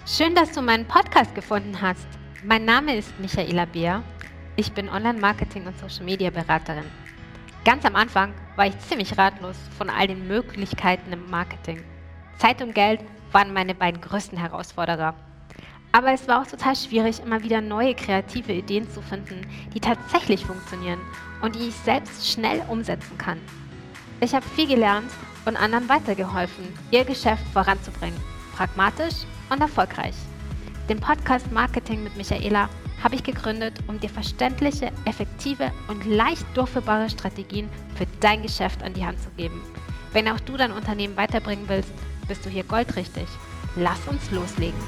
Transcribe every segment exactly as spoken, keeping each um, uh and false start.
Schön, dass du meinen Podcast gefunden hast. Mein Name ist Michaela Beer. Ich bin Online-Marketing- und Social-Media-Beraterin. Ganz am Anfang war ich ziemlich ratlos von all den Möglichkeiten im Marketing. Zeit und Geld waren meine beiden größten Herausforderer. Aber es war auch total schwierig, immer wieder neue kreative Ideen zu finden, die tatsächlich funktionieren und die ich selbst schnell umsetzen kann. Ich habe viel gelernt und anderen weitergeholfen, ihr Geschäft voranzubringen. Pragmatisch und erfolgreich. Den Podcast Marketing mit Michaela habe ich gegründet, um dir verständliche, effektive und leicht durchführbare Strategien für dein Geschäft an die Hand zu geben. Wenn auch du dein Unternehmen weiterbringen willst, bist du hier goldrichtig. Lass uns loslegen.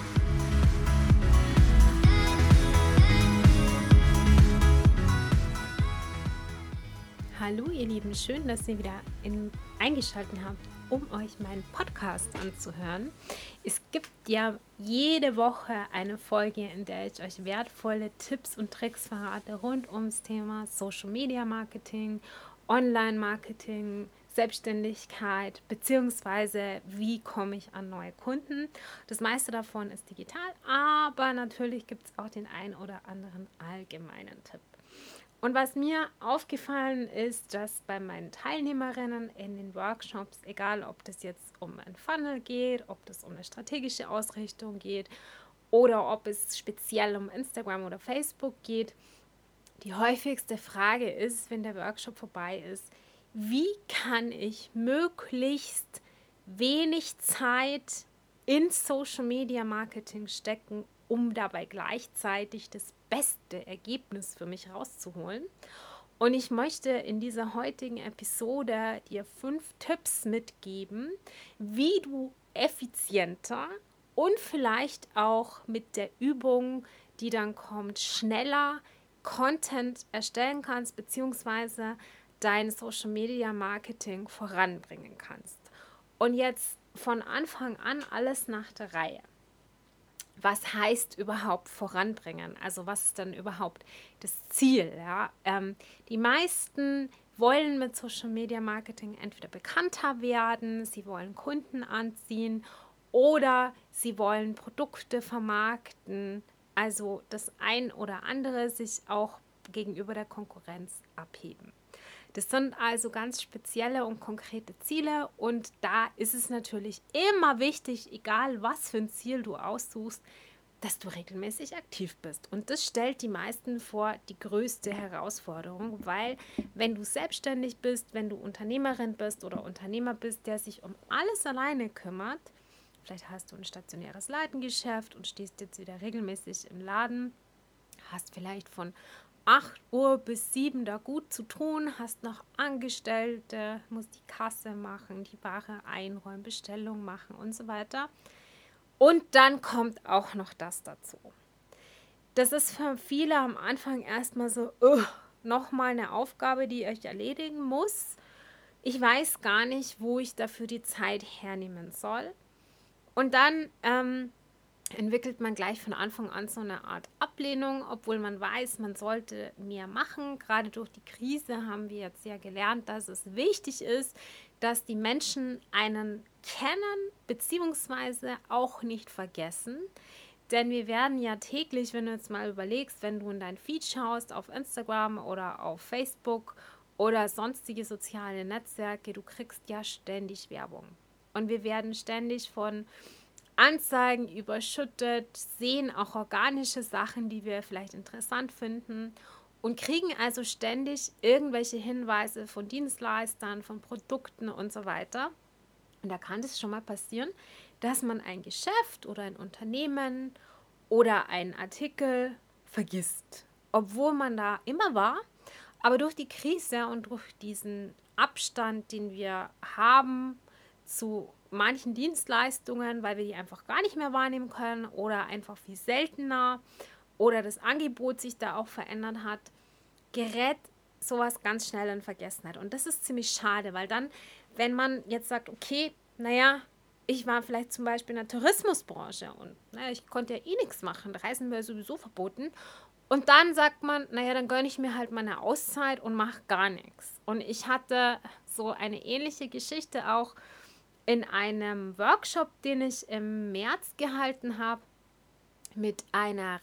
Hallo ihr Lieben, schön, dass ihr wieder in, eingeschaltet habt, um euch meinen Podcast anzuhören. Es gibt ja jede Woche eine Folge, in der ich euch wertvolle Tipps und Tricks verrate rund ums Thema Social Media Marketing, Online Marketing, Selbstständigkeit beziehungsweise wie komme ich an neue Kunden. Das meiste davon ist digital, aber natürlich gibt es auch den einen oder anderen allgemeinen Tipp. Und was mir aufgefallen ist, dass bei meinen Teilnehmerinnen in den Workshops, egal ob das jetzt um ein Funnel geht, ob das um eine strategische Ausrichtung geht oder ob es speziell um Instagram oder Facebook geht, die häufigste Frage ist, wenn der Workshop vorbei ist, wie kann ich möglichst wenig Zeit in Social Media Marketing stecken, um dabei gleichzeitig das beste Ergebnis für mich rauszuholen. Und ich möchte in dieser heutigen Episode dir fünf Tipps mitgeben, wie du effizienter und vielleicht auch mit der Übung, die dann kommt, schneller Content erstellen kannst, beziehungsweise dein Social Media Marketing voranbringen kannst. Und jetzt von Anfang an alles nach der Reihe. Was heißt überhaupt voranbringen? Also was ist dann überhaupt das Ziel? Ja? Ähm, die meisten wollen mit Social Media Marketing entweder bekannter werden, sie wollen Kunden anziehen oder sie wollen Produkte vermarkten, also das ein oder andere sich auch gegenüber der Konkurrenz abheben. Das sind also ganz spezielle und konkrete Ziele und da ist es natürlich immer wichtig, egal was für ein Ziel du aussuchst, dass du regelmäßig aktiv bist. Und das stellt die meisten vor die größte Herausforderung, weil wenn du selbstständig bist, wenn du Unternehmerin bist oder Unternehmer bist, der sich um alles alleine kümmert, vielleicht hast du ein stationäres Ladengeschäft und stehst jetzt wieder regelmäßig im Laden, hast vielleicht von acht Uhr bis sieben da gut zu tun, hast noch Angestellte, musst die Kasse machen, die Ware einräumen, Bestellung machen und so weiter. Und dann kommt auch noch das dazu. Das ist für viele am Anfang erstmal so, uh, nochmal eine Aufgabe, die ich erledigen muss. Ich weiß gar nicht, wo ich dafür die Zeit hernehmen soll. Und dann ähm, entwickelt man gleich von Anfang an so eine Art Ablehnung, obwohl man weiß, man sollte mehr machen. Gerade durch die Krise haben wir jetzt ja gelernt, dass es wichtig ist, dass die Menschen einen kennen beziehungsweise auch nicht vergessen. Denn wir werden ja täglich, wenn du jetzt mal überlegst, wenn du in dein Feed schaust auf Instagram oder auf Facebook oder sonstige soziale Netzwerke, du kriegst ja ständig Werbung. Und wir werden ständig von Anzeigen überschüttet, sehen auch organische Sachen, die wir vielleicht interessant finden und kriegen also ständig irgendwelche Hinweise von Dienstleistern, von Produkten und so weiter. Und da kann es schon mal passieren, dass man ein Geschäft oder ein Unternehmen oder einen Artikel vergisst, obwohl man da immer war. Aber durch die Krise und durch diesen Abstand, den wir haben zu manchen Dienstleistungen, weil wir die einfach gar nicht mehr wahrnehmen können oder einfach viel seltener oder das Angebot sich da auch verändert hat, gerät sowas ganz schnell in Vergessenheit. Und das ist ziemlich schade, weil dann, wenn man jetzt sagt, okay, naja, ich war vielleicht zum Beispiel in der Tourismusbranche und naja, ich konnte ja eh nichts machen, Reisen wäre sowieso verboten. Und dann sagt man, naja, dann gönne ich mir halt meine Auszeit und mache gar nichts. Und ich hatte so eine ähnliche Geschichte auch in einem Workshop, den ich im März gehalten habe. mit einer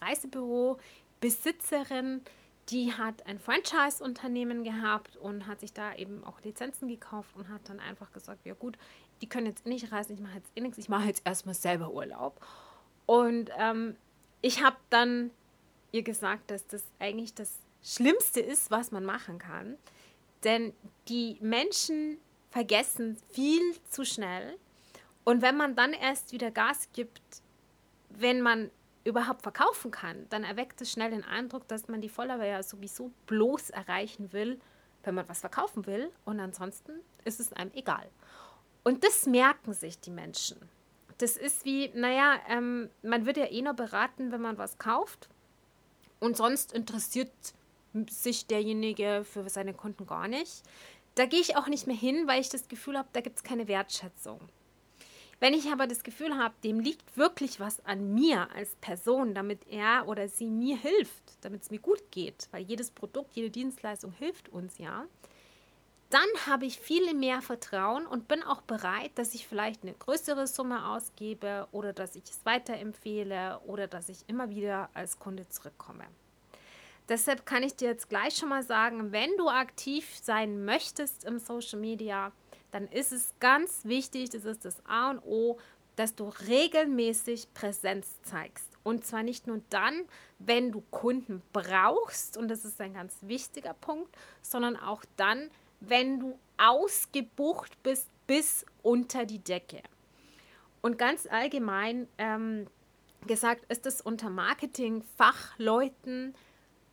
Reisebüro-Besitzerin, die hat ein Franchise-Unternehmen gehabt und hat sich da eben auch Lizenzen gekauft und hat dann einfach gesagt, ja gut, die können jetzt nicht reisen, ich mache jetzt eh nichts, ich mache jetzt erstmal selber Urlaub. Und ähm, ich habe dann ihr gesagt, dass das eigentlich das Schlimmste ist, was man machen kann. Denn die Menschen vergessen viel zu schnell. Und wenn man dann erst wieder Gas gibt, wenn man überhaupt verkaufen kann, dann erweckt es schnell den Eindruck, dass man die Follower ja sowieso bloß erreichen will, wenn man was verkaufen will. Und ansonsten ist es einem egal. Und das merken sich die Menschen. Das ist wie, naja, ähm, man wird ja eh nur beraten, wenn man was kauft. Und sonst interessiert sich derjenige für seine Kunden gar nicht. Da gehe ich auch nicht mehr hin, weil ich das Gefühl habe, da gibt es keine Wertschätzung. Wenn ich aber das Gefühl habe, dem liegt wirklich was an mir als Person, damit er oder sie mir hilft, damit es mir gut geht, weil jedes Produkt, jede Dienstleistung hilft uns ja, dann habe ich viel mehr Vertrauen und bin auch bereit, dass ich vielleicht eine größere Summe ausgebe oder dass ich es weiterempfehle oder dass ich immer wieder als Kunde zurückkomme. Deshalb kann ich dir jetzt gleich schon mal sagen, wenn du aktiv sein möchtest im Social Media, dann ist es ganz wichtig, das ist das A und O, dass du regelmäßig Präsenz zeigst. Und zwar nicht nur dann, wenn du Kunden brauchst, und das ist ein ganz wichtiger Punkt, sondern auch dann, wenn du ausgebucht bist bis unter die Decke. Und ganz allgemein ähm, gesagt ist es unter Marketing-Fachleuten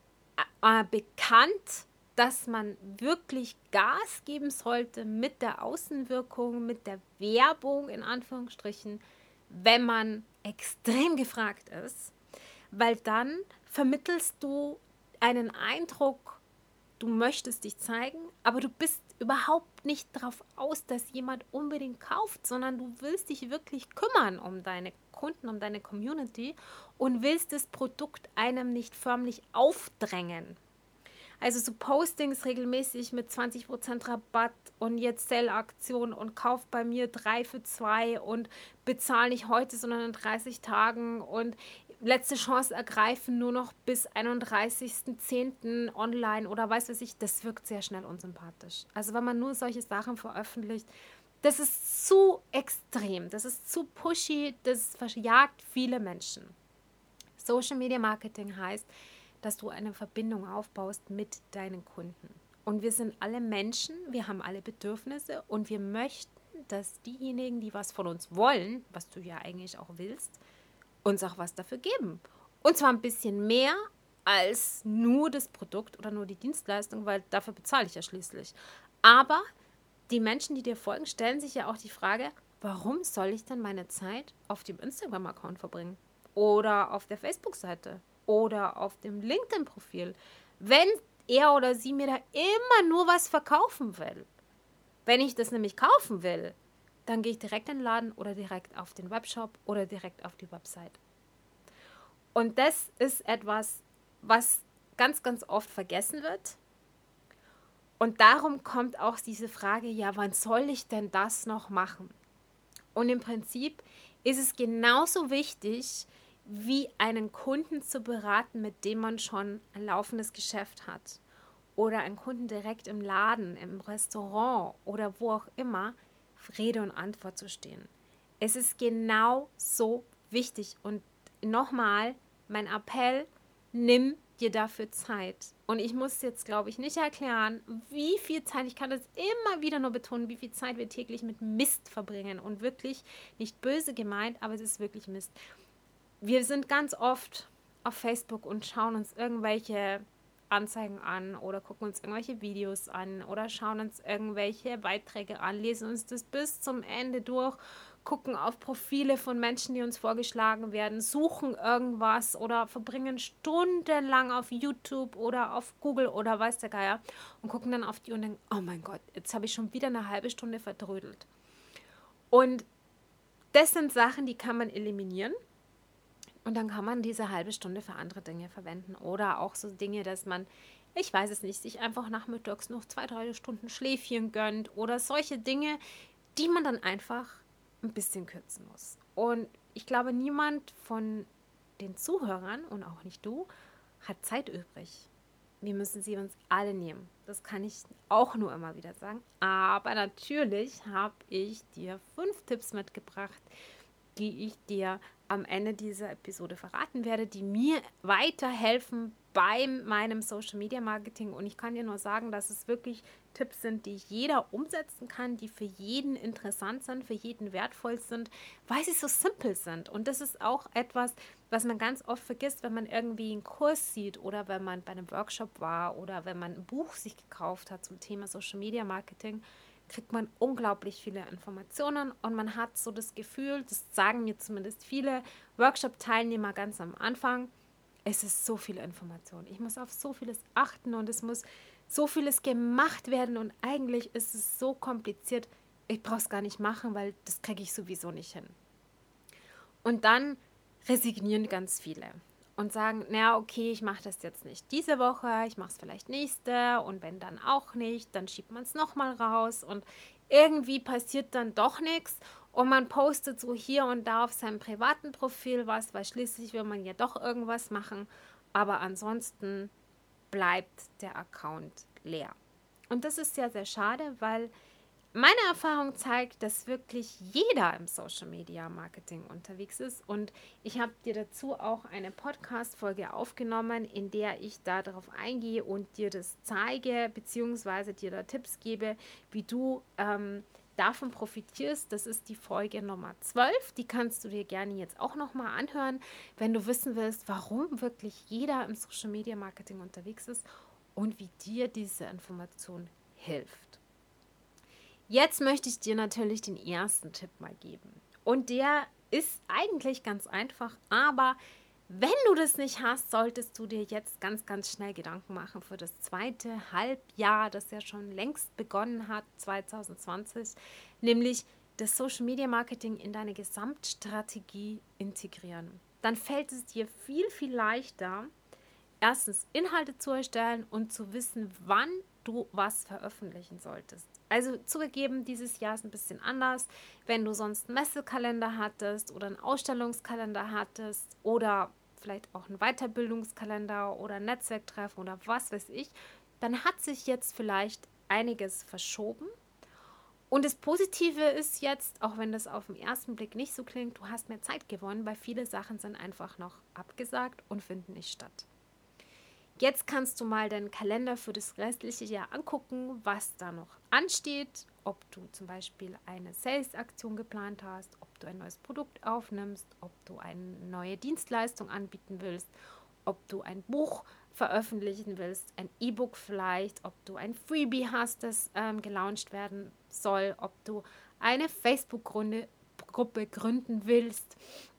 äh, bekannt, dass man wirklich Gas geben sollte mit der Außenwirkung, mit der Werbung in Anführungsstrichen, wenn man extrem gefragt ist, weil dann vermittelst du einen Eindruck, du möchtest dich zeigen, aber du bist überhaupt nicht darauf aus, dass jemand unbedingt kauft, sondern du willst dich wirklich kümmern um deine Kunden, um deine Community und willst das Produkt einem nicht förmlich aufdrängen. Also so Postings regelmäßig mit zwanzig Prozent Rabatt und jetzt Sale-Aktion und kauf bei mir drei für zwei und bezahl nicht heute, sondern in dreißig Tagen und letzte Chance ergreifen nur noch bis einunddreißigsten zehnten online oder weiß was ich, das wirkt sehr schnell unsympathisch. Also wenn man nur solche Sachen veröffentlicht, das ist zu extrem, das ist zu pushy, das verjagt viele Menschen. Social Media Marketing heißt, dass du eine Verbindung aufbaust mit deinen Kunden. Und wir sind alle Menschen, wir haben alle Bedürfnisse und wir möchten, dass diejenigen, die was von uns wollen, was du ja eigentlich auch willst, uns auch was dafür geben. Und zwar ein bisschen mehr als nur das Produkt oder nur die Dienstleistung, weil dafür bezahle ich ja schließlich. Aber die Menschen, die dir folgen, stellen sich ja auch die Frage, warum soll ich denn meine Zeit auf dem Instagram-Account verbringen? Oder auf der Facebook-Seite? Oder auf dem LinkedIn-Profil, wenn er oder sie mir da immer nur was verkaufen will. Wenn ich das nämlich kaufen will, dann gehe ich direkt in den Laden oder direkt auf den Webshop oder direkt auf die Website. Und das ist etwas, was ganz, ganz oft vergessen wird. Und darum kommt auch diese Frage, ja, wann soll ich denn das noch machen? Und im Prinzip ist es genauso wichtig, wie einen Kunden zu beraten, mit dem man schon ein laufendes Geschäft hat. Oder einen Kunden direkt im Laden, im Restaurant oder wo auch immer, Rede und Antwort zu stehen. Es ist genau so wichtig. Und nochmal, mein Appell, nimm dir dafür Zeit. Und ich muss jetzt, glaube ich, nicht erklären, wie viel Zeit, ich kann das immer wieder nur betonen, wie viel Zeit wir täglich mit Mist verbringen. Und wirklich nicht böse gemeint, aber es ist wirklich Mist. Wir sind ganz oft auf Facebook und schauen uns irgendwelche Anzeigen an oder gucken uns irgendwelche Videos an oder schauen uns irgendwelche Beiträge an, lesen uns das bis zum Ende durch, gucken auf Profile von Menschen, die uns vorgeschlagen werden, suchen irgendwas oder verbringen stundenlang auf YouTube oder auf Google oder weiß der Geier und gucken dann auf die und denken, oh mein Gott, jetzt habe ich schon wieder eine halbe Stunde verdrödelt. Und das sind Sachen, die kann man eliminieren. Und dann kann man diese halbe Stunde für andere Dinge verwenden. Oder auch so Dinge, dass man, ich weiß es nicht, sich einfach nachmittags noch zwei, drei Stunden Schläfchen gönnt. Oder solche Dinge, die man dann einfach ein bisschen kürzen muss. Und ich glaube, niemand von den Zuhörern und auch nicht du, hat Zeit übrig. Wir müssen sie uns alle nehmen. Das kann ich auch nur immer wieder sagen. Aber natürlich habe ich dir fünf Tipps mitgebracht, die ich dir am Ende dieser Episode verraten werde, die mir weiterhelfen bei meinem Social Media Marketing. Und ich kann dir nur sagen, dass es wirklich Tipps sind, die jeder umsetzen kann, die für jeden interessant sind, für jeden wertvoll sind, weil sie so simpel sind. Und das ist auch etwas, was man ganz oft vergisst, wenn man irgendwie einen Kurs sieht oder wenn man bei einem Workshop war oder wenn man ein Buch sich gekauft hat zum Thema Social Media Marketing, kriegt man unglaublich viele Informationen und man hat so das Gefühl, das sagen mir zumindest viele Workshop-Teilnehmer ganz am Anfang, es ist so viel Information. Ich muss auf so vieles achten und es muss so vieles gemacht werden und eigentlich ist es so kompliziert, ich brauche es gar nicht machen, weil das kriege ich sowieso nicht hin. Und dann resignieren ganz viele und sagen, na okay, ich mache das jetzt nicht diese Woche, ich mache es vielleicht nächste und wenn dann auch nicht, dann schiebt man es nochmal raus und irgendwie passiert dann doch nichts und man postet so hier und da auf seinem privaten Profil was, weil schließlich will man ja doch irgendwas machen, aber ansonsten bleibt der Account leer. Und das ist sehr, sehr schade, weil meine Erfahrung zeigt, dass wirklich jeder im Social Media Marketing unterwegs ist und ich habe dir dazu auch eine Podcast-Folge aufgenommen, in der ich da darauf eingehe und dir das zeige, beziehungsweise dir da Tipps gebe, wie du ähm, davon profitierst. Das ist die Folge Nummer zwölf, die kannst du dir gerne jetzt auch nochmal anhören, wenn du wissen willst, warum wirklich jeder im Social Media Marketing unterwegs ist und wie dir diese Information hilft. Jetzt möchte ich dir natürlich den ersten Tipp mal geben. Und der ist eigentlich ganz einfach, aber wenn du das nicht hast, solltest du dir jetzt ganz, ganz schnell Gedanken machen für das zweite Halbjahr, das ja schon längst begonnen hat, zwanzig zwanzig, nämlich das Social Media Marketing in deine Gesamtstrategie integrieren. Dann fällt es dir viel, viel leichter, erstens Inhalte zu erstellen und zu wissen, wann du was veröffentlichen solltest. Also zugegeben, dieses Jahr ist ein bisschen anders. Wenn du sonst einen Messekalender hattest oder einen Ausstellungskalender hattest oder vielleicht auch einen Weiterbildungskalender oder ein Netzwerktreffen oder was weiß ich, dann hat sich jetzt vielleicht einiges verschoben. Und das Positive ist jetzt, auch wenn das auf den ersten Blick nicht so klingt, du hast mehr Zeit gewonnen, weil viele Sachen sind einfach noch abgesagt und finden nicht statt. Jetzt kannst du mal deinen Kalender für das restliche Jahr angucken, was da noch ansteht, ob du zum Beispiel eine Sales-Aktion geplant hast, ob du ein neues Produkt aufnimmst, ob du eine neue Dienstleistung anbieten willst, ob du ein Buch veröffentlichen willst, ein E-Book vielleicht, ob du ein Freebie hast, das ähm, gelauncht werden soll, ob du eine Facebook-Gruppe gründen willst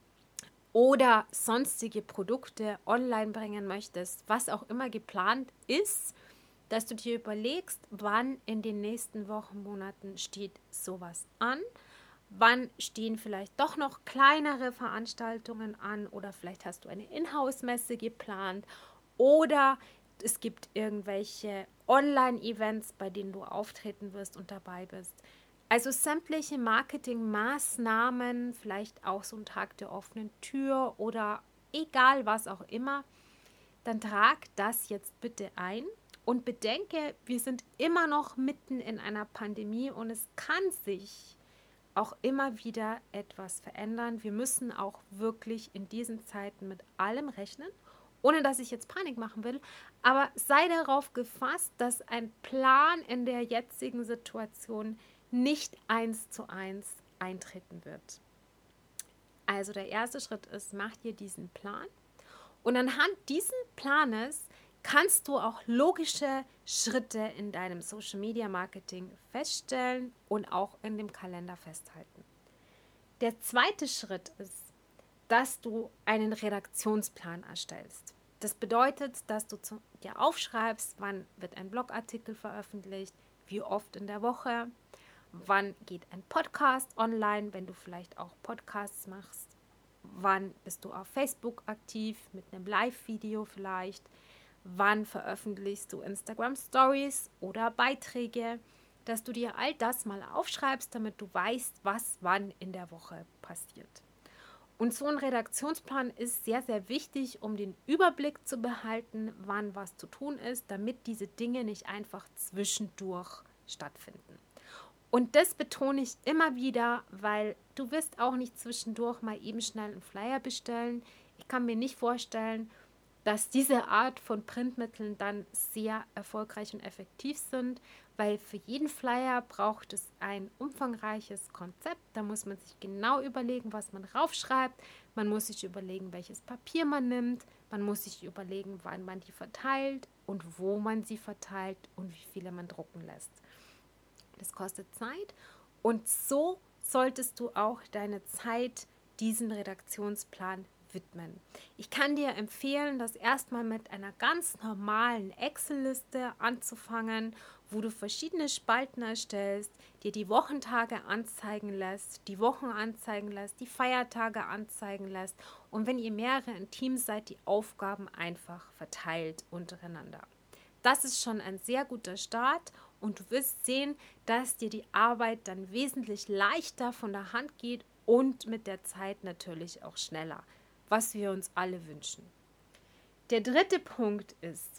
oder sonstige Produkte online bringen möchtest, was auch immer geplant ist, dass du dir überlegst, wann in den nächsten Wochen, Monaten steht sowas an, wann stehen vielleicht doch noch kleinere Veranstaltungen an oder vielleicht hast du eine Inhouse-Messe geplant oder es gibt irgendwelche Online-Events, bei denen du auftreten wirst und dabei bist. Also sämtliche Marketingmaßnahmen, vielleicht auch so ein Tag der offenen Tür oder egal was auch immer, dann trag das jetzt bitte ein und bedenke, wir sind immer noch mitten in einer Pandemie und es kann sich auch immer wieder etwas verändern. Wir müssen auch wirklich in diesen Zeiten mit allem rechnen, ohne dass ich jetzt Panik machen will, aber sei darauf gefasst, dass ein Plan in der jetzigen Situation nicht eins zu eins eintreten wird. Also der erste Schritt ist, mach dir diesen Plan und anhand dieses Planes kannst du auch logische Schritte in deinem Social Media Marketing feststellen und auch in dem Kalender festhalten. Der zweite Schritt ist, dass du einen Redaktionsplan erstellst. Das bedeutet, dass du zu, dir aufschreibst, wann wird ein Blogartikel veröffentlicht, wie oft in der Woche, wann geht ein Podcast online, wenn du vielleicht auch Podcasts machst, wann bist du auf Facebook aktiv mit einem Live-Video vielleicht, wann veröffentlichst du Instagram Stories oder Beiträge, dass du dir all das mal aufschreibst, damit du weißt, was wann in der Woche passiert. Und so ein Redaktionsplan ist sehr, sehr wichtig, um den Überblick zu behalten, wann was zu tun ist, damit diese Dinge nicht einfach zwischendurch stattfinden. Und das betone ich immer wieder, weil du wirst auch nicht zwischendurch mal eben schnell einen Flyer bestellen. Ich kann mir nicht vorstellen, dass diese Art von Printmitteln dann sehr erfolgreich und effektiv sind, weil für jeden Flyer braucht es ein umfangreiches Konzept. Da muss man sich genau überlegen, was man raufschreibt. Man muss sich überlegen, welches Papier man nimmt. Man muss sich überlegen, wann man die verteilt und wo man sie verteilt und wie viele man drucken lässt. Das kostet Zeit und so solltest du auch deine Zeit diesem Redaktionsplan widmen. Ich kann dir empfehlen, das erstmal mit einer ganz normalen Excel-Liste anzufangen, wo du verschiedene Spalten erstellst, dir die Wochentage anzeigen lässt, die Wochen anzeigen lässt, die Feiertage anzeigen lässt und wenn ihr mehrere im Team seid, die Aufgaben einfach verteilt untereinander. Das ist schon ein sehr guter Start und du wirst sehen, dass dir die Arbeit dann wesentlich leichter von der Hand geht und mit der Zeit natürlich auch schneller, was wir uns alle wünschen. Der dritte Punkt ist,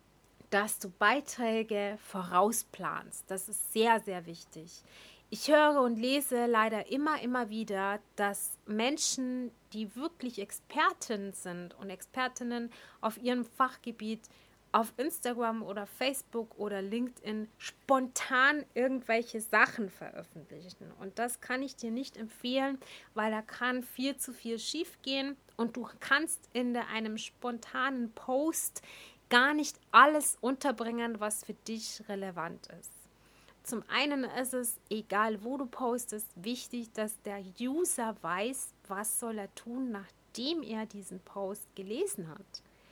dass du Beiträge vorausplanst. Das ist sehr, sehr wichtig. Ich höre und lese leider immer, immer wieder, dass Menschen, die wirklich Experten sind und Expertinnen auf ihrem Fachgebiet, auf Instagram oder Facebook oder LinkedIn spontan irgendwelche Sachen veröffentlichen. Und das kann ich dir nicht empfehlen, weil da kann viel zu viel schief gehen und du kannst in einem spontanen Post gar nicht alles unterbringen, was für dich relevant ist. Zum einen ist es, egal wo du postest, wichtig, dass der User weiß, was soll er tun, nachdem er diesen Post gelesen hat.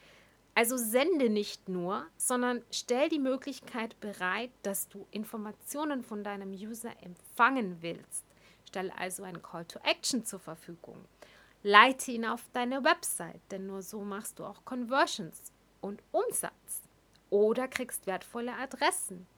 Also sende nicht nur, sondern stell die Möglichkeit bereit, dass du Informationen von deinem User empfangen willst. Stell also einen Call to Action zur Verfügung. Leite ihn auf deine Website, denn nur so machst du auch Conversions und Umsatz oder kriegst wertvolle Adressen.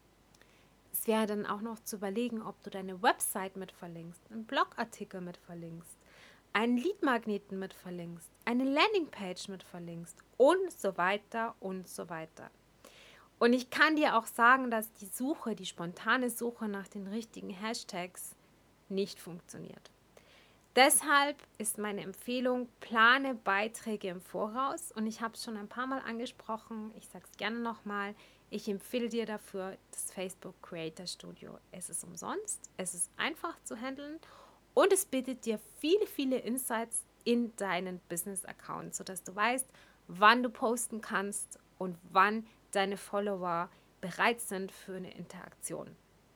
Es wäre dann auch noch zu überlegen, ob du deine Website mit verlinkst, einen Blogartikel mit verlinkst, einen Leadmagneten mit verlinkst, eine Landingpage mit verlinkst und so weiter und so weiter. Und ich kann dir auch sagen, dass die Suche, die spontane Suche nach den richtigen Hashtags nicht funktioniert. Deshalb ist meine Empfehlung, plane Beiträge im Voraus und ich habe es schon ein paar Mal angesprochen, ich sage es gerne nochmal, ich empfehle dir dafür das Facebook Creator Studio. Es ist umsonst, es ist einfach zu handeln und es bietet dir viele, viele Insights in deinen Business-Account, sodass du weißt, wann du posten kannst und wann deine Follower bereit sind für eine Interaktion.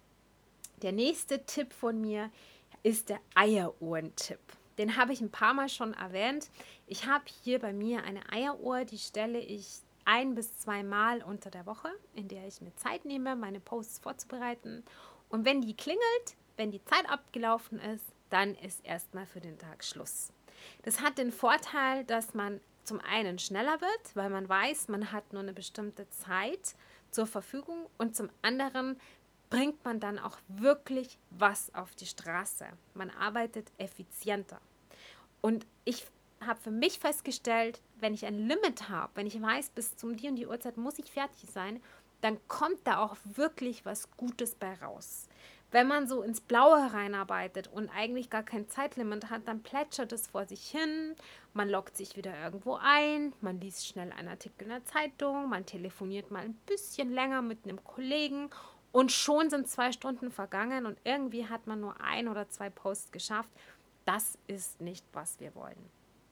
Der nächste Tipp von mir ist der Eieruhren-Tipp. Den habe ich ein paar Mal schon erwähnt. Ich habe hier bei mir eine Eieruhr, die stelle ich ein bis zwei Mal unter der Woche, in der ich mir Zeit nehme, meine Posts vorzubereiten. Und wenn die klingelt, wenn die Zeit abgelaufen ist, dann ist erstmal für den Tag Schluss. Das hat den Vorteil, dass man zum einen schneller wird, weil man weiß, man hat nur eine bestimmte Zeit zur Verfügung und zum anderen bringt man dann auch wirklich was auf die Straße. Man arbeitet effizienter. Und ich habe für mich festgestellt, wenn ich ein Limit habe, wenn ich weiß, bis zum die und die Uhrzeit muss ich fertig sein, dann kommt da auch wirklich was Gutes bei raus. Wenn man so ins Blaue reinarbeitet und eigentlich gar kein Zeitlimit hat, dann plätschert es vor sich hin, man loggt sich wieder irgendwo ein, man liest schnell einen Artikel in der Zeitung, man telefoniert mal ein bisschen länger mit einem Kollegen und schon sind zwei Stunden vergangen und irgendwie hat man nur ein oder zwei Posts geschafft. Das ist nicht, was wir wollen.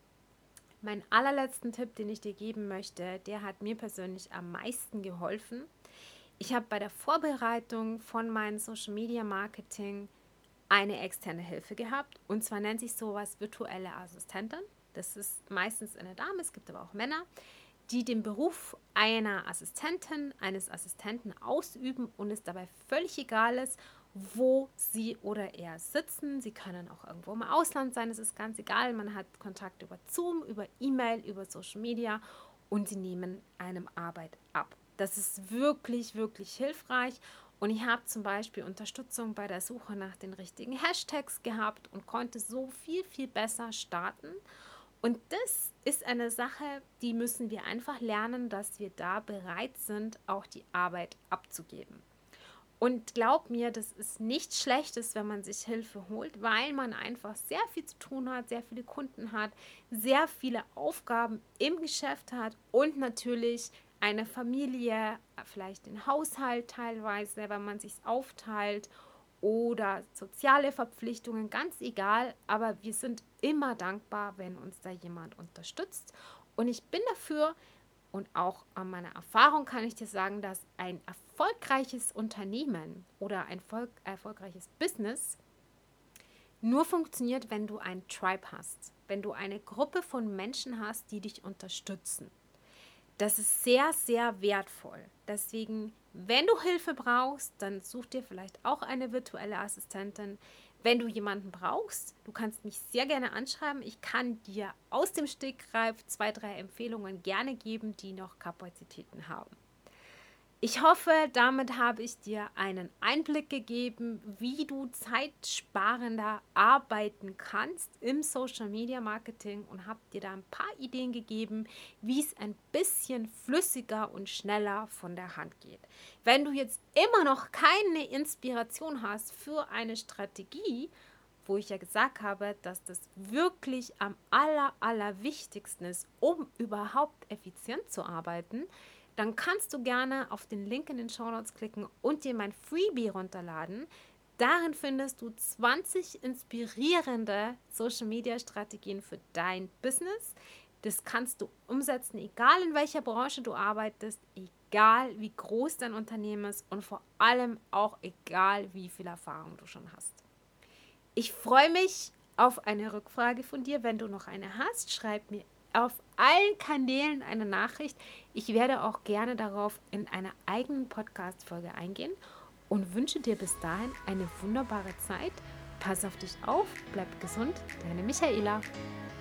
Mein allerletzten Tipp, den ich dir geben möchte, der hat mir persönlich am meisten geholfen. Ich habe bei der Vorbereitung von meinem Social Media Marketing eine externe Hilfe gehabt. Und zwar nennt sich sowas virtuelle Assistentin. Das ist meistens eine Dame, es gibt aber auch Männer, die den Beruf einer Assistentin, eines Assistenten ausüben und es dabei völlig egal ist, wo sie oder er sitzen. Sie können auch irgendwo im Ausland sein, es ist ganz egal. Man hat Kontakt über Zoom, über E-Mail, über Social Media und sie nehmen einem Arbeit ab. Das ist wirklich, wirklich hilfreich Und ich habe zum Beispiel Unterstützung bei der Suche nach den richtigen Hashtags gehabt und konnte so viel, viel besser starten. Und das ist eine Sache, die müssen wir einfach lernen, dass wir da bereit sind, auch die Arbeit abzugeben. Und glaub mir, das ist nichts Schlechtes, wenn man sich Hilfe holt, weil man einfach sehr viel zu tun hat, sehr viele Kunden hat, sehr viele Aufgaben im Geschäft hat und natürlich eine Familie, vielleicht den Haushalt teilweise, wenn man sich aufteilt oder soziale Verpflichtungen, ganz egal, aber wir sind immer dankbar, wenn uns da jemand unterstützt. Und ich bin dafür, und auch an meiner Erfahrung kann ich dir sagen, dass ein erfolgreiches Unternehmen oder ein Volk, erfolgreiches Business nur funktioniert, wenn du ein Tribe hast, wenn du eine Gruppe von Menschen hast, die dich unterstützen. Das ist sehr, sehr wertvoll. Deswegen, wenn du Hilfe brauchst, dann such dir vielleicht auch eine virtuelle Assistentin. Wenn du jemanden brauchst, du kannst mich sehr gerne anschreiben. Ich kann dir aus dem Stegreif zwei, drei Empfehlungen gerne geben, die noch Kapazitäten haben. Ich hoffe, damit habe ich dir einen Einblick gegeben, wie du zeitsparender arbeiten kannst im Social Media Marketing und habe dir da ein paar Ideen gegeben, wie es ein bisschen flüssiger und schneller von der Hand geht. Wenn du jetzt immer noch keine Inspiration hast für eine Strategie, wo ich ja gesagt habe, dass das wirklich am aller, aller wichtigsten ist, um überhaupt effizient zu arbeiten, dann kannst du gerne auf den Link in den Shownotes klicken und dir mein Freebie runterladen. Darin findest du zwanzig inspirierende Social-Media-Strategien für dein Business. Das kannst du umsetzen, egal in welcher Branche du arbeitest, egal wie groß dein Unternehmen ist und vor allem auch egal, wie viel Erfahrung du schon hast. Ich freue mich auf eine Rückfrage von dir. Wenn du noch eine hast, schreib mir auf allen Kanälen eine Nachricht. Ich werde auch gerne darauf in einer eigenen Podcast-Folge eingehen und wünsche dir bis dahin eine wunderbare Zeit. Pass auf dich auf, bleib gesund, deine Michaela.